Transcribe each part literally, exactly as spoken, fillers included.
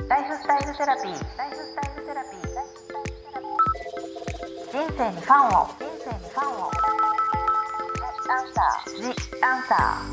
ライフスタイルセラピー。ライフスタイルセラピー。人生にファンを。人生にファンを。アンサー。ジアンサ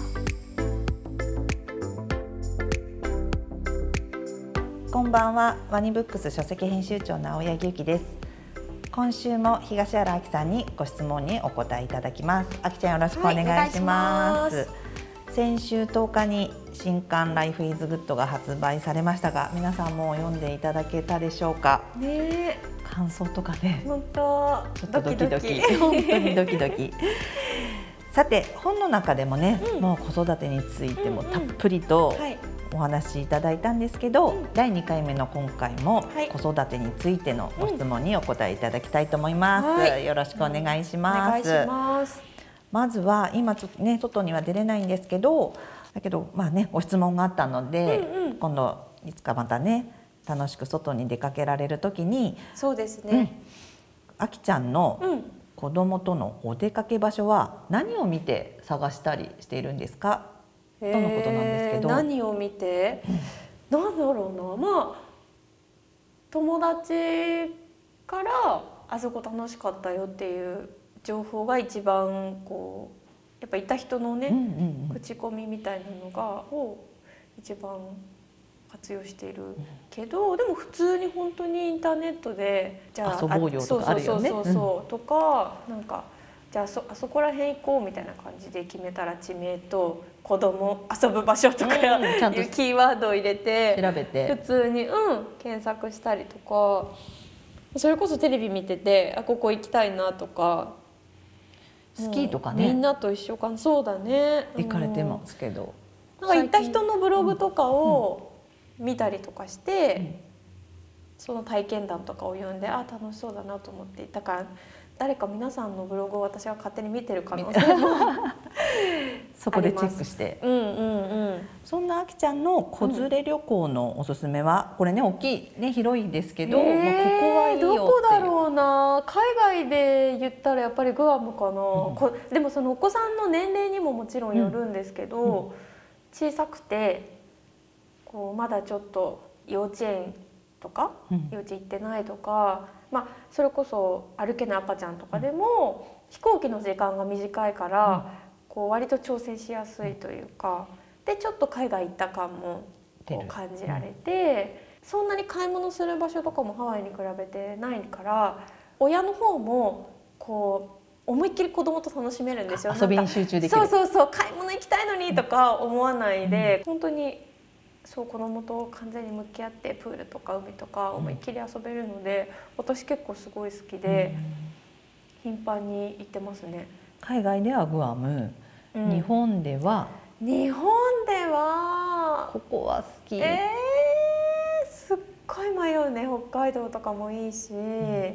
ー。こんばんは。ワニブックス書籍編集長の青柳ゆきです。今週も東原明さんにご質問にお答えいただきます。あきちゃん、よろしくお願いします。はい、先週とおかに新刊ライフイズグッドが発売されましたが、皆さんも読んでいただけたでしょうか。 ね、 感想とかね、 本当ちょっとドキドキ、本当にドキドキさて、本の中でもね、うん、もう子育てについてもたっぷりと、うんうん、はいお話しいただいたんですけど、うん、だいにかいめの今回も子育てについてのご質問にお答えいただきたいと思います。うんはい、よろしくお願いします。 お願いします。 まずは今ちょっとね外には出れないんですけど、だけどまあねご質問があったので、うんうん、今度いつかまたね楽しく外に出かけられるときに、 そうですね。うん、 あきちゃんの子供とのお出かけ場所は何を見て探したりしているんですか？とのことなんですけど、 何を見て、うん、なんだろうな、まあ友達からあそこ楽しかったよっていう情報が一番こうやっぱいた人のね、うんうんうん、口コミみたいなのがを一番活用しているけど、うん、でも普通に本当にインターネットでじゃあ遊ぼうよとかあるよね。 そうそうそうそう、うん、とかなんかじゃあ そ, あそこら辺行こうみたいな感じで決めたら地名と子供遊ぶ場所とか、うん、ちゃんというキーワードを入れて調べて普通に、うん、検索したりとか、それこそテレビ見ててあここ行きたいなとか、 スキーとかね、 みんなと一緒かな。そうだね、 行かれてますけど、 なんか行った人のブログとかを見たりとかして、うん、その体験談とかを読んであ楽しそうだなと思って、だから誰か皆さんのブログを私が勝手に見てる可能性もそこでチェックして、 うんうんうん、 そんなあきちゃんの子連れ旅行のおすすめは、うん、これね大きいね広いですけど、えー、もうここはいいよっていう。 どこだろうな。海外で言ったらやっぱりグアムかな、うん、こでもそのお子さんの年齢にももちろんよるんですけど、うん、小さくてこうまだちょっと幼稚園とか、うん、幼稚園行ってないとか、まあ、それこそ歩けない赤ちゃんとかでも、うん、飛行機の時間が短いから、うん、こう割と調整しやすいというか、でちょっと海外行った感もこう感じられて、うん、そんなに買い物する場所とかもハワイに比べてないから親の方もこう思いっきり子供と楽しめるんですよ。 遊びに集中できる。 そうそうそう、買い物行きたいのにとか思わないで、うん、本当にそう子供と完全に向き合ってプールとか海とか思いっきり遊べるので、うん、私結構すごい好きで、うん、頻繁に行ってますね。 海外ではグアム、うん、日本では日本ではここは好き、 えー、すっごい迷うね。北海道とかもいいし、うん、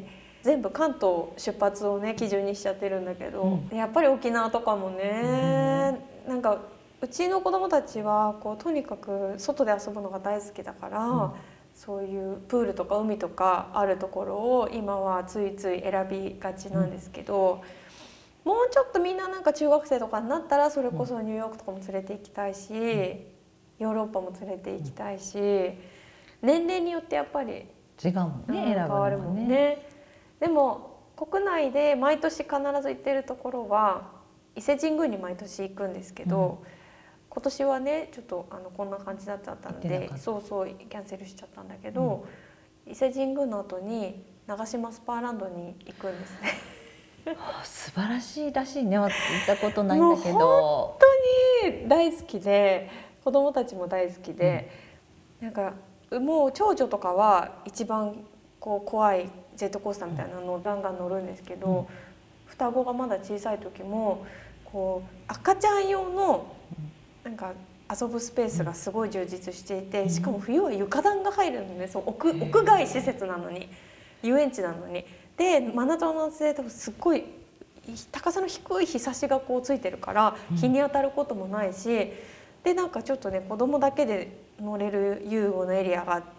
全部関東出発をね基準にしちゃってるんだけど、うん、やっぱり沖縄とかもね、うん、なんかうちの子供たちはこうとにかく外で遊ぶのが大好きだから、うん、そういうプールとか海とかあるところを今はついつい選びがちなんですけど、うん、もうちょっとみんななんか中学生とかになったらそれこそニューヨークとかも連れて行きたいし、うん、ヨーロッパも連れて行きたいし、年齢によってやっぱり違うもんね、変わるもんね。 ね。でも国内で毎年必ず行ってるところは伊勢神宮に毎年行くんですけど、うん今年はねちょっとあのこんな感じだったのでそうそうキャンセルしちゃったんだけど、うん、伊勢神宮の後に長島スパーランドに行くんですね素晴らしいらしいね。行ったことないんだけど本当に大好きで子供たちも大好きで、うん、なんかもう長女とかは一番こう怖いジェットコースターみたいなのをガンガン乗るんですけど、うん、双子がまだ小さい時もこう赤ちゃん用のなんか遊ぶスペースがすごい充実していて、しかも冬は床暖が入るので、そう 屋, 屋外施設なのに遊園地なのにで真夏の夏ですっごい高さの低い日差しがこうついてるから日に当たることもないし、でなんかちょっとね子供だけで乗れる遊具のエリアがあって、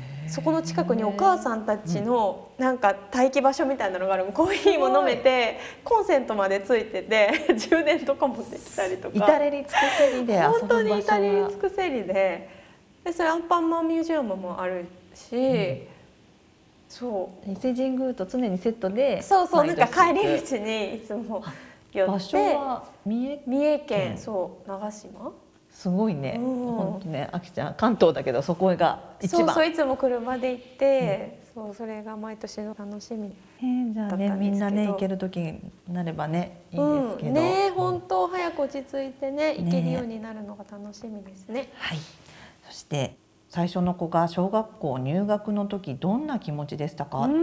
そこの近くにお母さんたちのなんか待機場所みたいなのがある。コーヒーも飲めてコンセントまでついてて充電とかもできたりとか、 至れり尽くせりで遊ぶ場所は本当に至れり尽くせりででそれアンパンマンミュージアムもあるし、うん、そう伊勢神宮と常にセットでそうそうなんか帰り道にいつも寄って場所は三重三重県、うん、そう長島すごいね、本当ね、あきちゃん関東だけどそこが一番。 そうそういつも車で行って、うん、そうそれが毎年の楽しみだったんですけど。 えー、じゃあねみんなね行ける時になればねいいですけど、 うん、ね本当早く落ち着いてね行けるようになるのが楽しみですね。 はい。そして最初の子が小学校入学の時どんな気持ちでしたか？うん、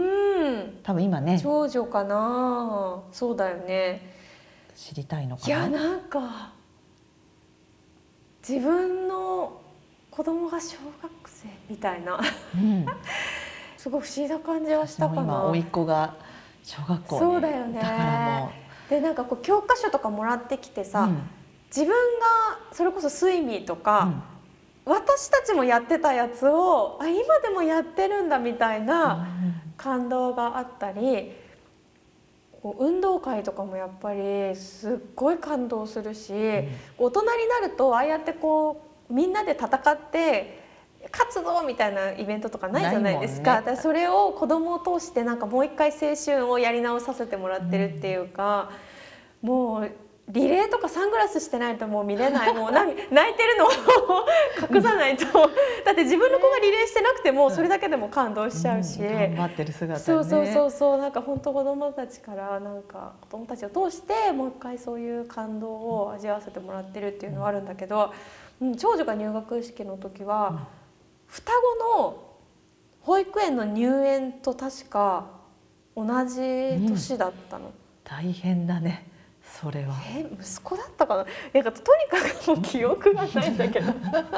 多分今ね長女かな。そうだよね。 知りたいのかな。 いやなんか自分の子供が小学生みたいな、うん、すごい不思議な感じはしたかな。 今甥っ子が小学校にそうだよね。だからもうでなんかこう教科書とかもらってきてさ、うん、自分がそれこそスイミーとか、うん、私たちもやってたやつをあ今でもやってるんだみたいな感動があったり、こう運動会とかもやっぱりすっごい感動するし、うん、大人になるとああやってこうみんなで戦って勝つぞみたいなイベントとかないじゃないですか。だからそれを子供を通してなんかもう一回青春をやり直させてもらってるっていうか、うん、もうリレーとかサングラスしてないともう見れないもう泣いてるのを隠さないとだって自分の子がリレーしてなくてもそれだけでも感動しちゃうし、うん、 頑張ってる姿ね。 そうそうそうそうなんか本当子供たちからなんか子供たちを通してもう一回そういう感動を味わわせてもらってるっていうのはあるんだけど、うん、長女が入学式の時は、うん、双子の保育園の入園と確か同じ年だったの、うん、 大変だねそれは。 え息子だったかな。なんかとにかくもう記憶がないんだけど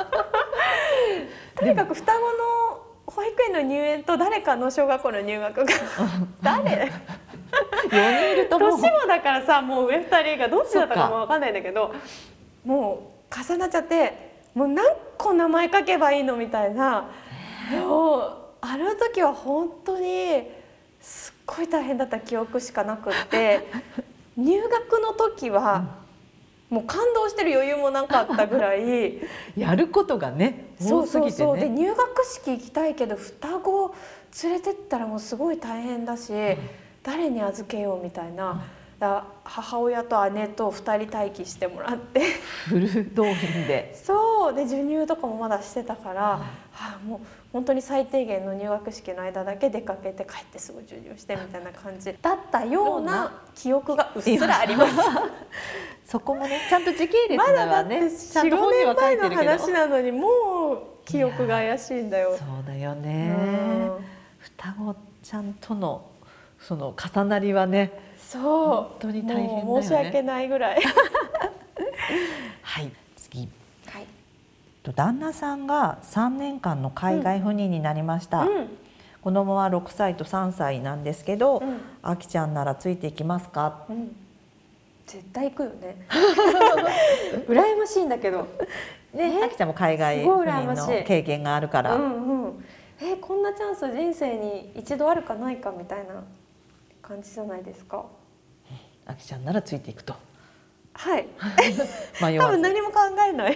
とにかく双子の保育園の入園と誰かの小学校の入学が誰よにんいるとも年もだからさもう上ふたりがどっちだったかも分かんないんだけどもう重なっちゃってもう何個名前書けばいいのみたいな。もうあの時は本当にすっごい大変だった記憶しかなくって入学の時はもう感動してる余裕もなかったぐらいやることがね多すぎてね。そうそうそうで入学式行きたいけど双子連れてったらもうすごい大変だし、うん、誰に預けようみたいな、うん、だ母親と姉とふたり待機してもらってフル動員でそうで授乳とかもまだしてたから、うんはあ、もう本当に最低限の入学式の間だけ出かけて帰ってすぐ授乳してみたいな感じだったような記憶がうっすらありますそこもねちゃんと時系列だわね。 まだだってよん、ごねんまえの話なのにもう記憶が怪しいんだよ。 そうだよね。双子ちゃんとのその重なりはねそう本当に大変だよね。 もう申し訳ないぐらいはい次、はい、旦那さんがさんねんかんの海外赴任になりました、うんうん、子供はろくさいとさんさいなんですけど、うん、あきちゃんならついていきますか？うん、 絶対行くよね羨ましいんだけどね、あきちゃんも海外赴任の経験があるから、 うんうん、えこんなチャンス人生に一度あるかないかみたいな感じじゃないですか。 あきちゃんならついていくと。 はい多分何も考えない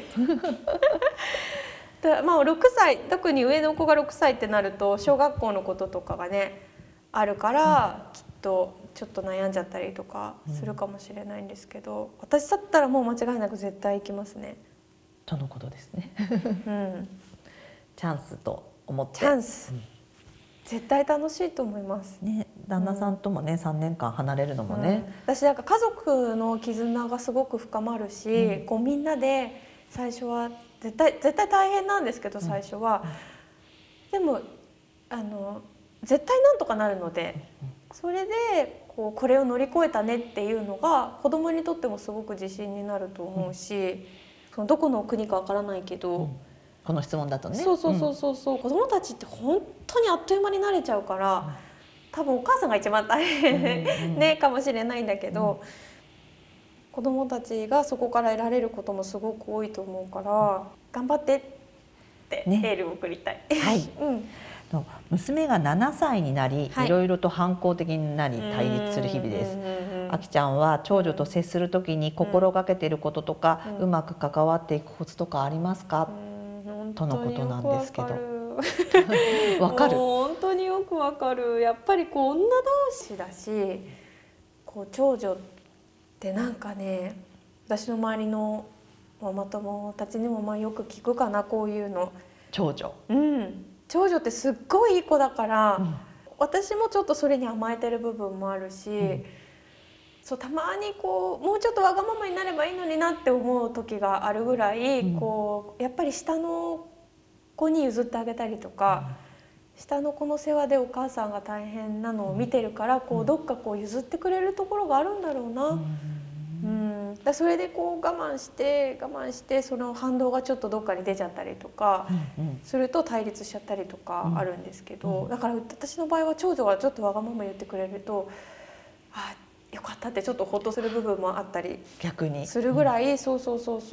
だまあろくさい特に上の子がろくさいってなると小学校のこととかがねあるから、うん、きっとちょっと悩んじゃったりとかするかもしれないんですけど、うん、私だったらもう間違いなく絶対行きますね。 とのことですね、 うん、 チャンスと思ってチャンス、うん、絶対楽しいと思います、 ね、旦那さんともね、うん、さんねんかん離れるのもね、 うん、私なんか家族の絆がすごく深まるし、うん、こうみんなで最初は絶対絶対大変なんですけど最初は、うん、でもあの絶対なんとかなるので、それでこうこれを乗り越えたねっていうのが子供にとってもすごく自信になると思うし、そのどこの国かわからないけど、 この質問だとねそうそうそうそうそう、うん、子供たちって本当にあっという間に慣れちゃうから、うん、多分お母さんが一番大変、うんうん、ねかもしれないんだけど、うん、子供たちがそこから得られることもすごく多いと思うから、頑張ってってエールを送りたい、 ね、はい、うん娘がななさいになり、はい、いろいろと反抗的になり対立する日々です。あきちゃんは長女と接するときに心がけていることとか、うん、うまく関わっていくコツとかありますか？ うん本とのことなんですけど。 わかる。 わかる。 もう本当によくわかる。やっぱりこう女同士だし、こう長女ってなんかね、私の周りのママ友たちにもまあよく聞くかな、こういうの。 長女。 うん。長女ってすっごいいい子だから、 うん、 私もちょっとそれに甘えてる部分もあるし、うん、そうたまにこうもうちょっとわがままになればいいのになって思う時があるぐらい、うん、こうやっぱり下の子に譲ってあげたりとか、うん、下の子の世話でお母さんが大変なのを見てるから、こうどっかこう譲ってくれるところがあるんだろうな。うんうん、だそれでこう我慢して我慢してその反動がちょっとどっかに出ちゃったりとかすると対立しちゃったりとかあるんですけど、だから私の場合は長女がちょっとわがまま言ってくれると、あよかったってちょっとほっとする部分もあったり逆にするぐらい、うん、そうそうそう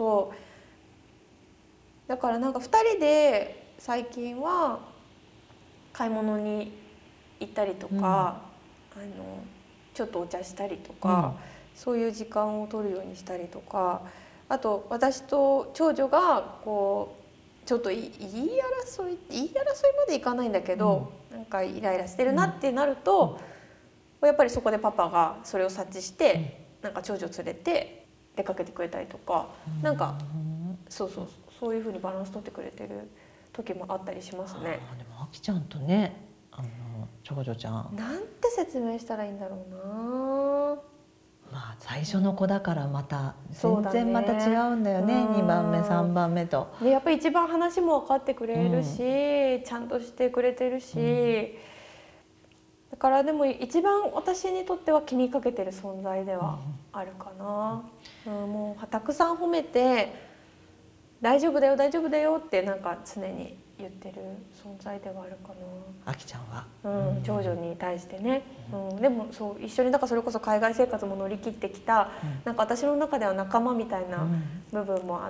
そうだからなんかふたりで最近は買い物に行ったりとか、うん、あのちょっとお茶したりとか、うん、そういう時間を取るようにしたりとか、あと私と長女がこうちょっと言い争い言い争いまでいかないんだけど、うん、なんかイライラしてるなってなると、うん、やっぱりそこでパパがそれを察知して、うん、なんか長女連れて出かけてくれたりとか、うん、なんかそうそうそういう風にバランス取ってくれてる時もあったりしますね。 あでもあきちゃんとね、あの長女ちゃんなんて説明したらいいんだろうな。 まあ最初の子だからまた全然また違うんだよね、にばんめさんばんめと。 でやっぱり一番話も分かってくれるし、うん、ちゃんとしてくれてるし、うん、だからでも一番私にとっては気にかけてる存在ではあるかな、うんうん、もうたくさん褒めて大丈夫だよ大丈夫だよってなんか常に言ってる存在ではあるかな。 あきちゃんは、 うん、長女に対してね、うん、でもそう一緒にだからそれこそ海外生活も乗り切ってきた、うん、なんか私の中では仲間みたいな部分もあって、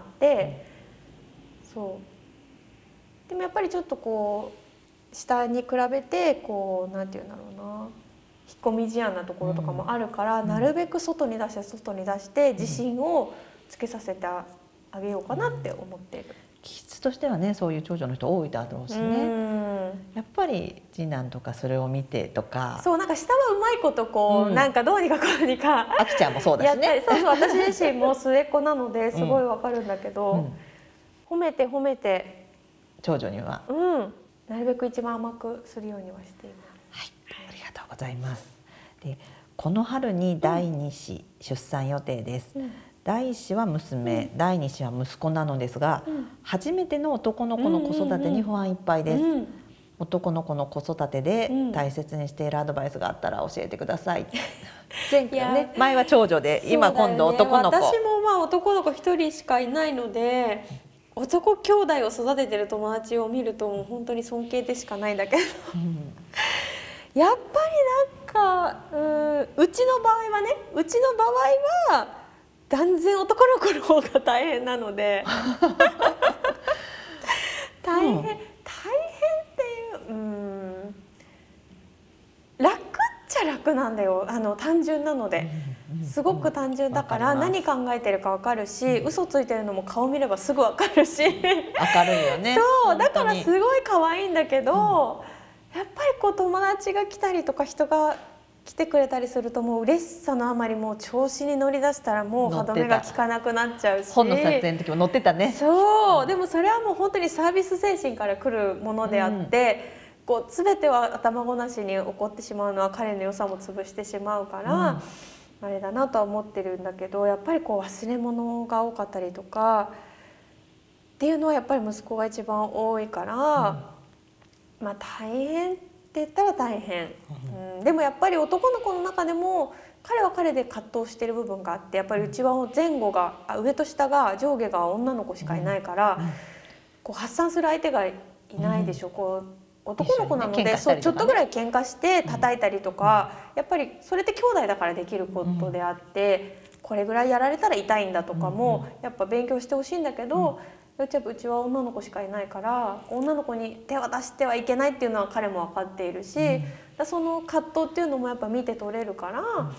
うん、そうでもやっぱりちょっとこう下に比べてこうなんていうんだろうな、引っ込み思案なところとかもあるから、うん、なるべく外に出して外に出して自信をつけさせてあげようかなって思っている。 気質としてはね、そういう長女の人多いだろうしね。やっぱり次男とかそれを見てとか、 そうなんか下はうまいことこう、うん、なんかどうにかこうにかあきちゃんもそうだしね。 そうそう私自身も末っ子なのですごいわかるんだけど、うん、褒めて褒めて長女には、 うん、なるべく一番甘くするようにはしています。 はい、ありがとうございます。でこの春にだいに子出産予定です。うん、だいいっ子は娘、うん、だいに子は息子なのですが、うん、初めての男の子の子育てに不安いっぱいです。うんうんうん、男の子の子育てで大切にしているアドバイスがあったら教えてください。うん、前回ね、前は長女で、ね、今今度男の子。 私もまあ男の子一人しかいないので、男兄弟を育ててる友達を見るともう本当に尊敬でしかないんだけど、うん、やっぱりなんかうーうちの場合はね、うちの場合は断然男の子の方が大変なので大変、うん、大変っていう、うーん楽っちゃ楽なんだよ、あの単純なので、すごく単純だから何考えてるか分かるし、うん、嘘ついてるのも顔見ればすぐ分かるし、明るいよね。 そうだからすごい可愛いんだけど、うん、やっぱりこう友達が来たりとか人が来てくれたりするともう嬉しさのあまりもう調子に乗り出したらもう歯止めが効かなくなっちゃうし、 本の撮影の時も乗ってたね。 そう、でもそれはもう本当にサービス精神から来るものであって、うん、こう全ては頭ごなしに起こってしまうのは彼の良さも潰してしまうから、うん、あれだなとは思ってるんだけど、やっぱりこう忘れ物が多かったりとかっていうのはやっぱり息子が一番多いから、うん、まあ大変って言ったら大変、うん、でもやっぱり男の子の中でも彼は彼で葛藤している部分があって、やっぱりうちは前後が上と下が上下が女の子しかいないから、うんうん、こう発散する相手がいないでしょ、うん、こう男の子なので、ね、そうちょっとぐらい喧嘩して叩いたりとか、うん、やっぱりそれって兄弟だからできることであって、うん、これぐらいやられたら痛いんだとかもやっぱ勉強してほしいんだけど、うんうちは女の子しかいないから女の子に手は出してはいけないっていうのは彼も分かっているし、うん、その葛藤っていうのもやっぱ見て取れるから、うん、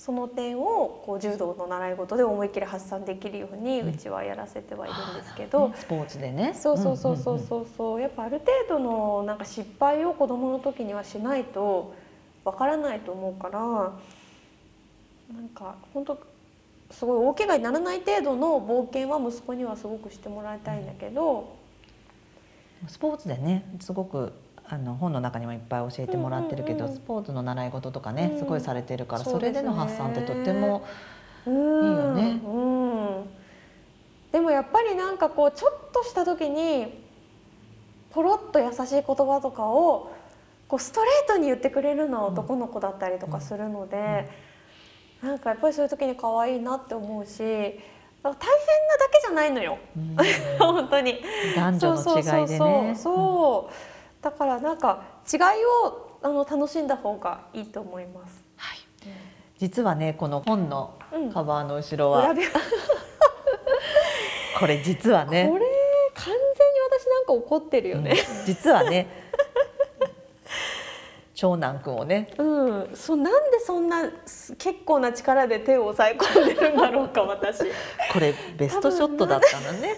その点をこう柔道の習い事で思いっきり発散できるようにうちはやらせてはいるんですけど、 うんね、スポーツでね。 そうそうそうそうそうそう、やっぱある程度のなんか失敗を子どもの時にはしないとわからないと思うから、なんか本当すごい大怪我にならない程度の冒険は息子にはすごくしてもらいたいんだけど、 スポーツでねすごくあの本の中にもいっぱい教えてもらってるけど、 うんうんうん、 スポーツの習い事とかね、うん、すごいされてるから、それでの発散ってとってもいいよね。 うん、うん、でもやっぱりなんかこうちょっとした時にポロッと優しい言葉とかをこうストレートに言ってくれるのは男の子だったりとかするので、うんうん、なんかやっぱりそういう時に可愛いなって思うし、大変なだけじゃないのよ、うん、本当に男女の違いでね。そうそうそうそう、だからなんか違いをあの楽しんだ方がいいと思います。 はい、うん、実はねこの本のカバーの後ろは、うん、これ実はね、 これ完全に私なんか怒ってるよね、 うん、実はね長男くんをね、 うん、そうなんでそんな結構な力で手を押さえ込んでるんだろうか私。 これベストショットだったのね。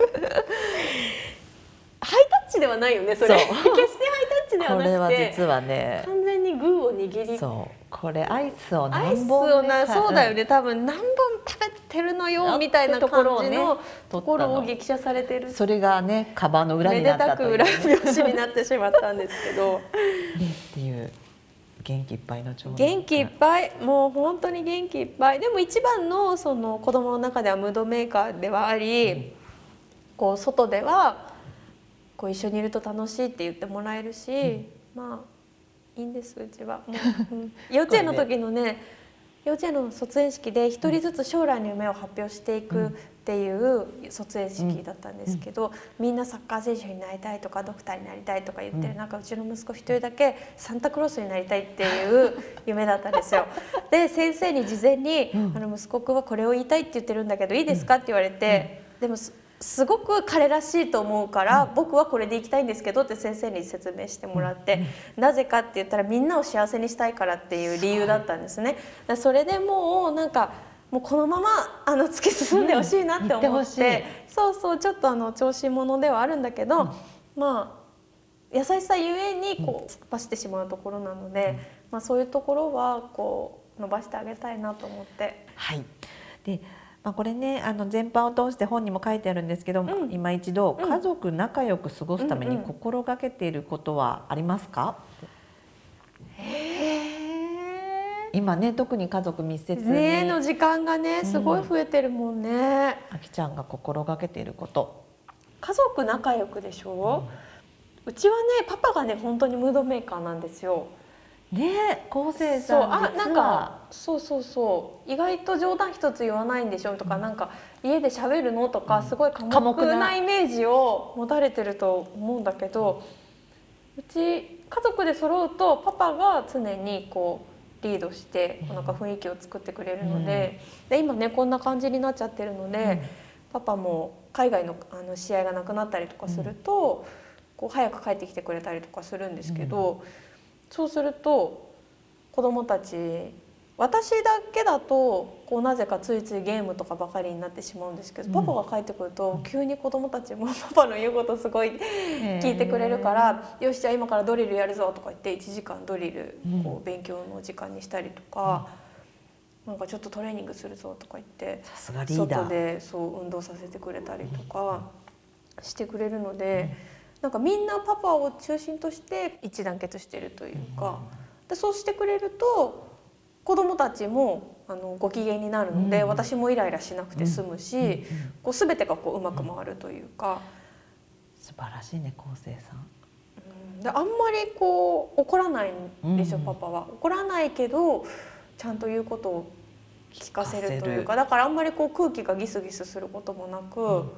ハイタッチではないよねそれ。決してハイタッチではなくて、 これは実はね完全にグーを握り、 そうこれアイスを何本、 ね、そうだよね、多分何本食べてるのよみたいな感じのところを激写されてる。 それがねカバーの裏になったという、 めでたく裏表紙になってしまったんですけどねっていう元気いっぱいの長男。 元気いっぱい、もう本当に元気いっぱい。でも一番のその子供の中ではムードメーカーではあり、うん、こう外ではこう一緒にいると楽しいって言ってもらえるし、うん、まあいいんですうちはもう、うん、幼稚園の時のね幼稚園の卒園式で一人ずつ将来の夢を発表していくっていう卒園式だったんですけど、うん、みんなサッカー選手になりたいとかドクターになりたいとか言ってる中、うちの息子一人だけサンタクロースになりたいっていう夢だったんですよ。で先生に事前に、うん、あの息子くんはこれを言いたいって言ってるんだけどいいですかって言われて、うん、でもすごく彼らしいと思うから、うん、僕はこれで行きたいんですけどって先生に説明してもらって、うん、なぜかって言ったらみんなを幸せにしたいからっていう理由だったんですね。それでもうなんかもうこのままあの突き進んでほしいなって思って、うん、そうそうちょっとあの調子者ではあるんだけど、うん、まあ優しさゆえにこう突っ走ってしまうところなので、うん、まあ、そういうところはこう伸ばしてあげたいなと思って。 はい。でまあ、これねあの全般を通して本にも書いてあるんですけど、うん、今一度家族仲良く過ごすために心がけていることはありますか？うんうん、へ今ね特に家族密接に、 ね、の時間がねすごい増えてるもんね。 あきちゃんが心がけていること。 家族仲良くでしょ、うん、うちはねパパがね本当にムードメーカーなんですよ。 ね、昴生さんそう、あ、なんかそうそうそう意外と冗談一つ言わないんでしょとか、うん、なんか家で喋るのとか、うん、すごい寡黙なイメージを持たれてると思うんだけど、うち家族で揃うとパパが常にこうリードしてなんか雰囲気を作ってくれるので、うん、で今ねこんな感じになっちゃってるので、うん、パパも海外の、あの試合がなくなったりとかすると、うん、こう早く帰ってきてくれたりとかするんですけど、うん、そうすると子どもたち私だけだとこうなぜかついついゲームとかばかりになってしまうんですけど、うん、パパが帰ってくると急に子どもたちもパパの言うことすごい聞いてくれるから「よしじゃあ今からドリルやるぞ」とか言っていちじかんドリルこう勉強の時間にしたりとか、うん、なんかちょっとトレーニングするぞとか言ってさすがリーダー外でそう運動させてくれたりとかしてくれるので、なんかみんなパパを中心として一致団結してるというか、でそうしてくれると子どもたちもあのご機嫌になるので、うん、私もイライラしなくて済むし、うんうん、こう全てがこううまく回るというか、 うん、素晴らしいね昴生さん、 うん、であんまりこう怒らないんですよ、うん、パパは怒らないけどちゃんと言うことを聞かせるというか、だからあんまりこう空気がギスギスすることもなく、うんうん、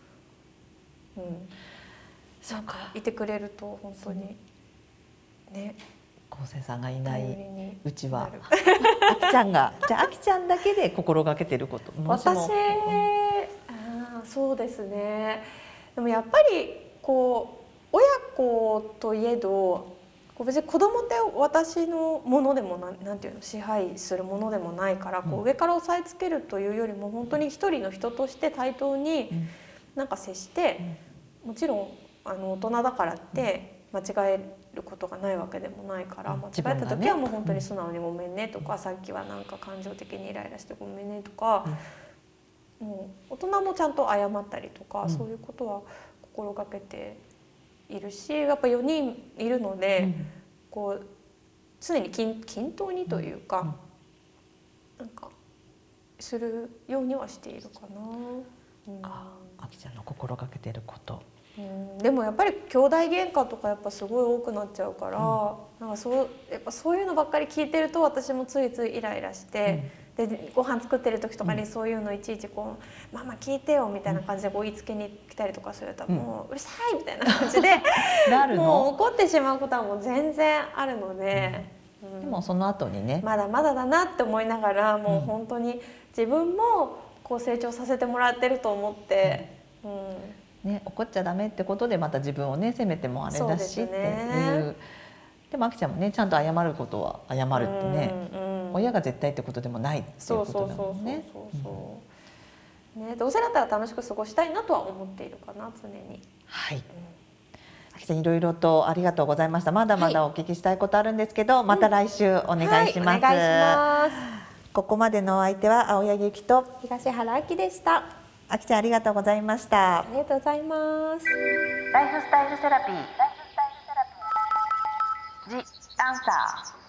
なんかいてくれると本当にね、 昴生さんがいないうちはあきちゃんがじゃああきちゃんだけで心がけてること。 私、うん、あそうですね。でもやっぱりこう親子といえどこう別に子供って私のものでもな ん, なんていうの支配するものでもないから、こう上から押さえつけるというよりも本当に一人の人として対等になんか接して、もちろんあの大人だからって間違えることがないわけでもないから、間違えた時はもう本当に素直にごめんねとか、さっきはなんか感情的にイライラしてごめんねとか、もう大人もちゃんと謝ったりとか、そういうことは心がけているし、やっぱよにんいるので、こう常に均均等にというか、なんかするようにはしているかな。うん、 ああきちゃんの心がけていること。 うん、でもやっぱり兄弟喧嘩とかやっぱすごい多くなっちゃうから、うん、なんかそうやっぱそういうのばっかり聞いてると私もついついイライラして、うん、でご飯作ってる時とかにそういうのいちいちこう「ママ聞いてよ」みたいな感じでこう言いつけに来たりとかすると、もううるさいみたいな感じでなるのもう怒ってしまうことはもう全然あるので、 うん、でもその後にねまだまだだなって思いながら、もう本当に自分もこう成長させてもらってると思って、うんね、怒っちゃダメってことでまた自分をね責めてもあれだしっていう。でもあきちゃんもねちゃんと謝ることは謝るってね、うんうん、親が絶対ってことでもないっていうことだもんね。 どうせだったら楽しく過ごしたいなとは思っているかな、常に。 はい、うん、あきちゃんいろいろとありがとうございました。まだまだお聞きしたいことあるんですけど、はい、また来週お願いします。うんはい、お願いします。ここまでのお相手は青柳ゆきと東原あきでした。 あきちゃんありがとうございました。 ありがとうございます。 ライフスタイルセラピー、ジ・アンサー。